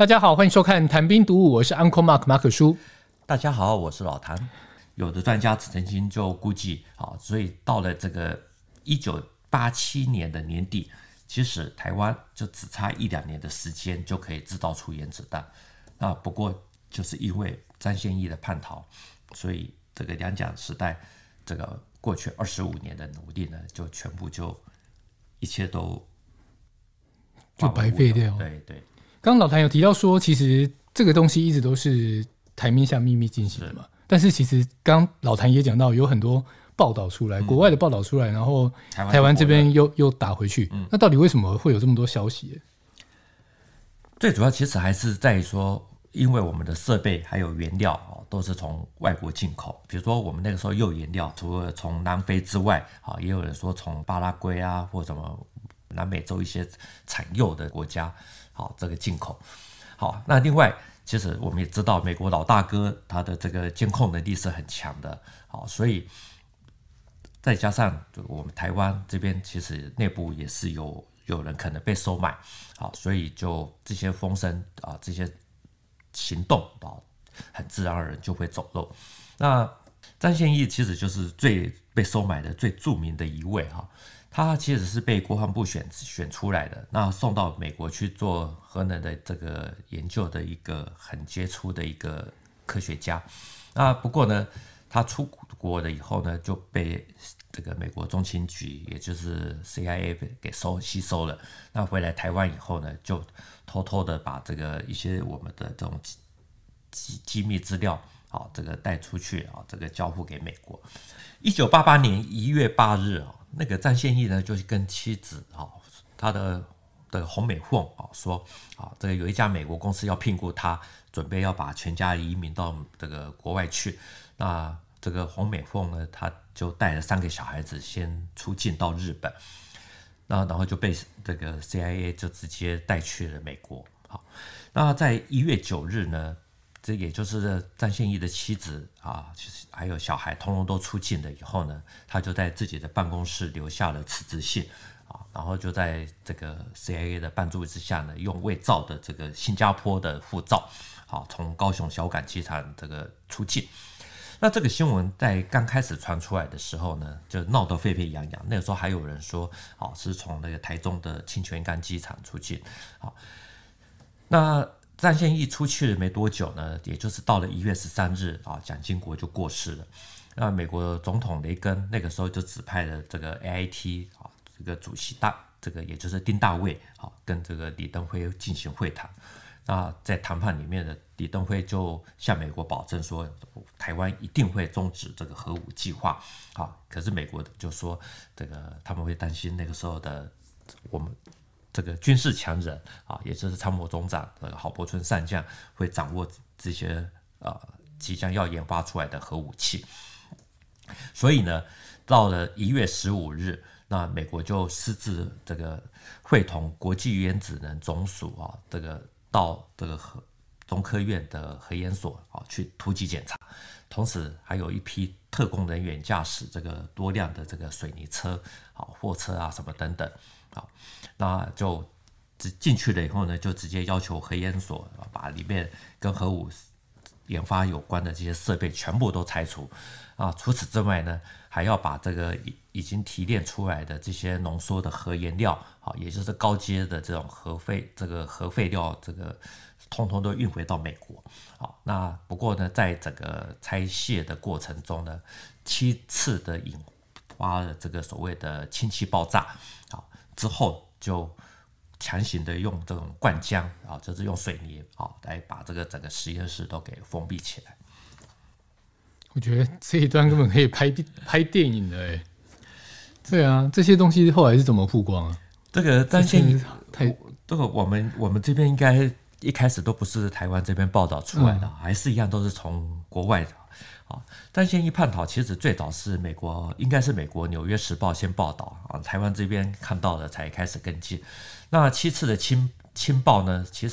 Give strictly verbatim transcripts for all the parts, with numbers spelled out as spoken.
大家好，欢迎收看谈兵读武，我是 Uncle Mark 马可叔。 大家好，我是老谭。有的专家曾经就估计，所以到了这个一九八七年的年底，其实台湾就只差一两年的时间就可以制造出原子弹。那不过就是因为詹宪益的叛逃，所以这个两蒋时代这个过去二十五年的努力呢，就全部就一切都就白费掉。 对对。 刚刚老谭有提到说，其实这个东西一直都是台面下秘密进行的嘛。但是其实刚老谭也讲到，有很多报道出来，嗯、国外的报道出来，然后台湾这边又又打回去、嗯。那到底为什么会有这么多消息？ 最主要其实还是在于说，因为我们的设备还有原料、哦、都是从外国进口。比如说我们那个时候铀原料，除了从南非之外，哦、也有人说从巴拉圭啊，或什么南美洲一些产铀的国家。好，这个进口。好，那另外，其实我们也知道，美国老大哥他的这个监控能力是很强的。好，所以再加上我们台湾这边，其实内部也是有有人可能被收买。好，所以就这些风声啊，这些行动啊，很自然而然就会走漏。那詹宪益其实就是最被收买的最著名的一位哈。他其实是被国防部 选, 选出来的，那送到美国去做核能的这个研究的一个很杰出的一个科学家。那不过呢，他出国了以后呢，就被这个美国中情局，也就是 C I A 给收吸收了。那回来台湾以后呢，就偷偷的把这个一些我们的这种机机密资料，好，这个带出去啊，这个交付给美国。一九八八年一月八日啊。那个詹宪益呢，就是跟妻子啊，他的的洪美凤啊说啊，这个有一家美国公司要聘雇他，准备要把全家移民到这个国外去。那这个洪美凤呢，他就带了三个小孩子先出境到日本，那然后就被这个 C I A 就直接带去了美国。好，那在一月九日呢，这也就是詹宪益的妻子啊，还有小孩，通通都出境了以后呢，他就在自己的办公室留下了辞职信啊，然后就在这个 C I A 的帮助之下呢，用伪造的这个新加坡的护照，好，从高雄小港机场这个出境。那这个新闻在刚开始传出来的时候呢，就闹得沸沸扬扬。那个时候还有人说，好，是从那个台中的清泉岗机场出境。好，那詹宪益出去了没多久呢，也就是到了一月十三日啊，蒋经国就过世了。那美国总统雷根那个时候就指派了这个 A I T 啊，这个主席大，这个也就是丁大卫啊，跟这个李登辉进行会谈。那在谈判里面的李登辉就向美国保证说，台湾一定会终止这个核武计划啊。可是美国就说，这个他们会担心那个时候的我们。这个军事强人啊，也就是参谋总长郝柏村上将会掌握这些呃即将要研发出来的核武器，所以呢，到了一月十五日，那美国就私自这个会同国际原子能总署啊，这个到这个核中科院的核研所啊去突击检查，同时还有一批特工人员驾驶这个多辆的这个水泥车、啊货车啊什么等等。好，那就进去了以后呢，就直接要求核研所把里面跟核武研发有关的这些设备全部都拆除啊。除此之外呢，还要把这个已经提炼出来的这些浓缩的核原料啊，也就是高阶的这种核废这个核废料，这个通通都运回到美国。好，那不过呢，在整个拆卸的过程中呢，七次的引发了这个所谓的氢气爆炸。好，之后就强行的用这种灌浆啊，就是用水泥啊来把这个整个实验室都给封闭起来。 我觉得这一段根本可以拍拍电影的哎。对啊，这些东西后来是怎么曝光啊？ 这个但现太这个我们我们这边应该一开始都不是台湾这边报道出来的，嗯、还是一样都是从国外的。詹宪益叛逃其实最早是美国，应该是美国《纽约时报》先报道啊，台湾这边看到了才开始跟进。那七次的氢氢爆呢，其实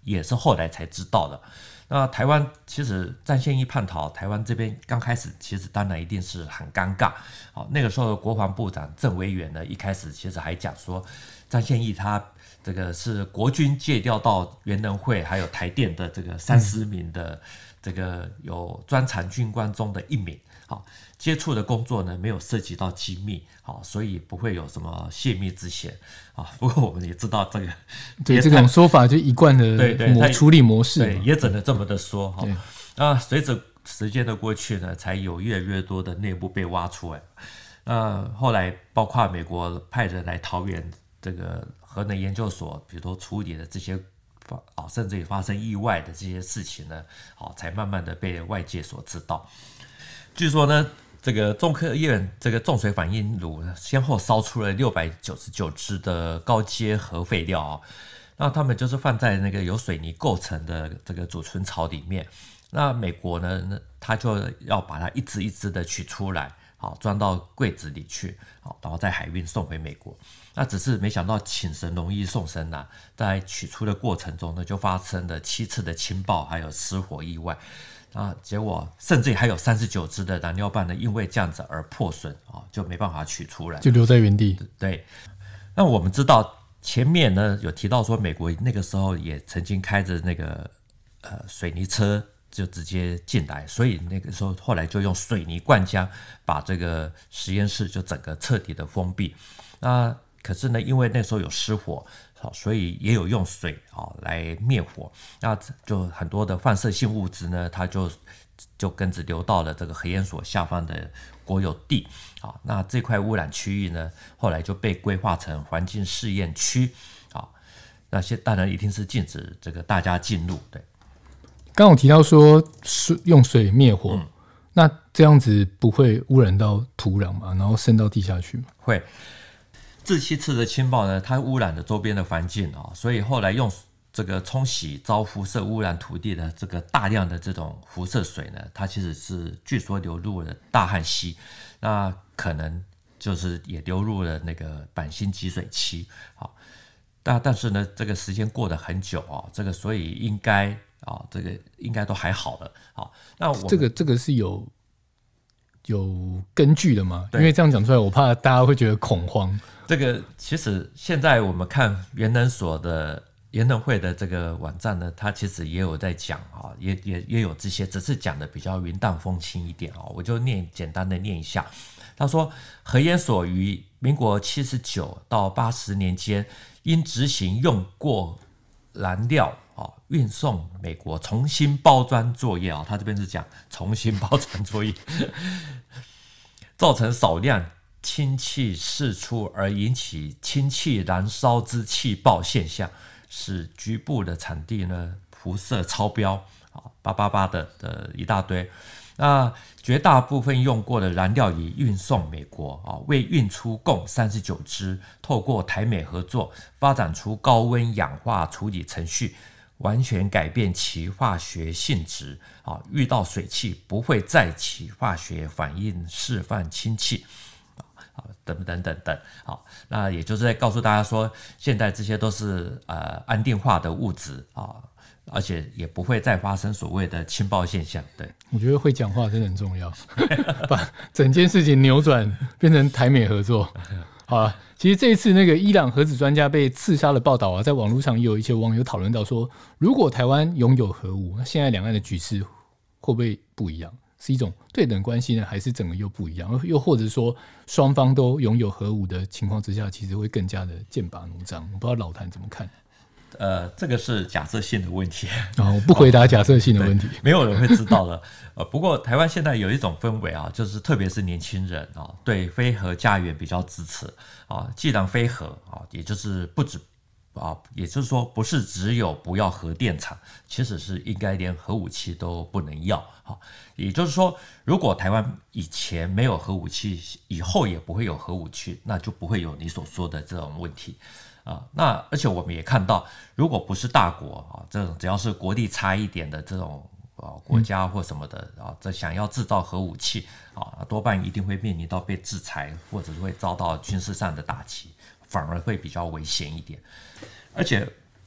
也是后来才知道的。那台湾其实战线一叛逃，台湾这边刚开始其实当然一定是很尴尬。好，那个时候的国防部长郑维元呢，一开始其实还讲说，战线一他这个是国军借调到原能会还有台电的这个三十名的这个有专长军官中的一名。好，接触的工作呢没有涉及到机密，好，所以不会有什么泄密之嫌啊。不过我们也知道这个， 对这种说法就一贯的对对模处理模式， 对，也只能这么的说哈。啊，随着时间的过去呢，才有越来越多的内幕被挖出来。那后来包括美国派人来桃园这个核能研究所，比如说处理的这些啊，甚至于发生意外的这些事情呢，好，才慢慢的被外界所知道。据说呢，这个中科院这个重水反应炉先后烧出了六百九十九支的高阶核废料啊、哦，那他们就是放在那个有水泥构成的这个储存槽里面。那美国呢，他就要把它一支一支的取出来，好装到柜子里去，好，然后再海运送回美国。那只是没想到请神容易送神难、啊，在取出的过程中呢，就发生了七次的氢爆还有失火意外。啊，结果甚至还有三十九支的燃料棒呢，因为这样子而破损啊，就没办法取出来， 就留在原地。 对，那我们知道前面呢有提到说，美国那个时候也曾经开着那个呃水泥车就直接进来，所以那个时候后来就用水泥灌浆把这个实验室就整个彻底的封闭。那可是呢，因为那时候有失火。所以也有用水来灭火，那就很多的放射性物质呢，它就就跟着流到了这个核研所下方的国有地。好，那这块污染区域呢，后来就被规划成环境试验区。好，那些当然一定是禁止这个大家进入。对， 刚刚我提到说用水灭火、嗯，那这样子不会污染到土壤嘛？然后渗到地下去吗？ 会。自七次的氢爆呢，它污染了周边的环境啊、哦，所以后来用这个冲洗遭辐射污染土地的这个大量的这种辐射水呢，它其实是据说流入了大汉溪，那可能就是也流入了那个板新集水期。好，但但是呢，这个时间过得很久啊、哦，这个所以应该啊、哦，这个应该都还好了。好，那我这个这个是有有根据的吗？因为这样讲出来，我怕大家会觉得恐慌。 这个其实现在我们看原能所的原能会的这个网站呢，它其实也有在讲啊，也也也有这些，只是讲的比较云淡风轻一点啊。我就念简单的念一下。他说，核研所于民国七十九到八十年间，因执行用过燃料啊运送美国重新包装作业啊，他这边是讲重新包装作业，造成少量氢气释出而引起氢气燃烧之气爆现象，使局部的产地呢辐射超标，八八八的的一大堆。那绝大部分用过的燃料已运送美国，未运出共三十九支，透过台美合作发展出高温氧化处理程序，完全改变其化学性质，遇到水汽不会再起化学反应释放氢气。等等等等，好，那也就是在告诉大家说，现在这些都是呃安定化的物质啊，而且也不会再发生所谓的氢爆现象。对， 我觉得会讲话真的很重要，把整件事情扭转变成台美合作。好了，其实这一次那个伊朗核子专家被刺杀的报道啊，在网络上也有一些网友讨论到说，如果台湾拥有核武，那现在两岸的局势会不会不一样？是一种对等关系呢，还是整个又不一样？又或者说双方都拥有核武的情况之下，其实会更加的剑拔弩张？我不知道老谭怎么看。 呃，这个是假设性的问题啊、哦，我不回答假设性的问题， 没有人会知道的。呃，不过台湾现在有一种氛围啊，就是特别是年轻人啊，对非核家园比较支持啊。既然非核啊，也就是不止。啊，也就是说，不是只有不要核电厂，其实是应该连核武器都不能要。好，也就是说，如果台湾以前没有核武器，以后也不会有核武器，那就不会有你所说的这种问题啊。那而且我们也看到，如果不是大国啊，这种只要是国力差一点的这种啊国家或什么的啊，这想要制造核武器啊，多半一定会面临到被制裁，或者是会遭到军事上的打击。反而会比较危险一点，而且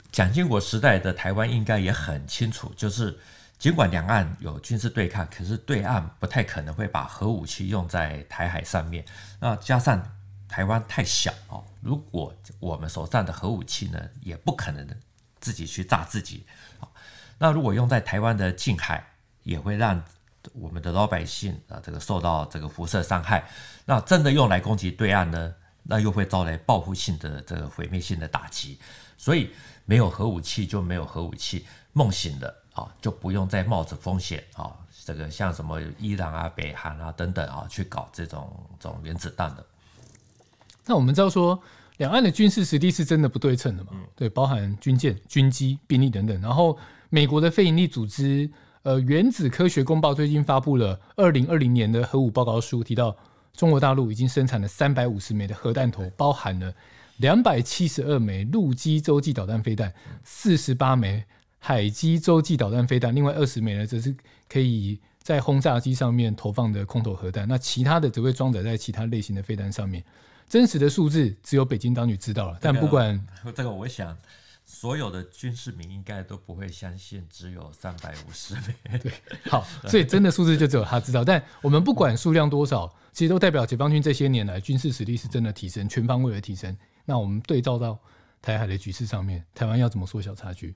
蒋经国时代的台湾应该也很清楚，就是尽管两岸有军事对抗，可是对岸不太可能会把核武器用在台海上面。那加上台湾太小哦，如果我们手上的核武器呢，也不可能自己去炸自己。那如果用在台湾的近海，也会让我们的老百姓啊，这个受到这个辐射伤害。那真的用来攻击对岸呢，那又会招来报复性的这个毁灭性的打击。所以没有核武器就没有核武器，梦醒了啊，就不用再冒着风险啊，这个像什么伊朗啊、北韩啊等等啊，去搞这种这种原子弹的。 那我们知道说，两岸的军事实力是真的不对称的嘛？嗯、对，包含军舰、军机、兵力等等。然后美国的非营利组织呃原子科学公报最近发布了二零二零年的核武报告书，提到中国大陆已经生产了三百五十枚的核弹头，包含了两百七十二枚陆基洲际导弹飞弹，四十八枚海基洲际导弹飞弹，另外二十枚呢则是可以在轰炸机上面投放的空投核弹，那其他的则会装载在其他类型的飞弹上面。真实的数字只有北京当局知道了，但不管、 这个、这个我想所有的军事迷应该都不会相信只有三百五十枚。 对，好，所以真的数字就只有他知道。但我们不管数量多少，其实都代表解放军这些年来军事实力是真的提升，全方位的提升。那我们对照到台海的局势上面，台湾要怎么缩小差距？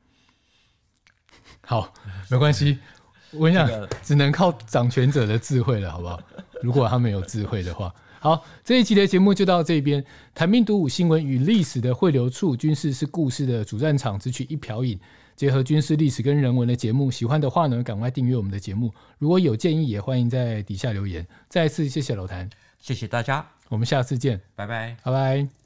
好，没关系，我跟你讲，这个、只能靠掌权者的智慧了，好不好？如果他们有智慧的话。好，这一期的节目就到这边。谈兵读武，新闻与历史的汇流处，军事是故事的主战场，只取一瓢饮，结合军事历史跟人文的节目。喜欢的话呢，赶快订阅我们的节目。如果有建议，也欢迎在底下留言。再一次谢谢老谭， 谢谢大家， 我们下次见， 拜拜， 拜拜。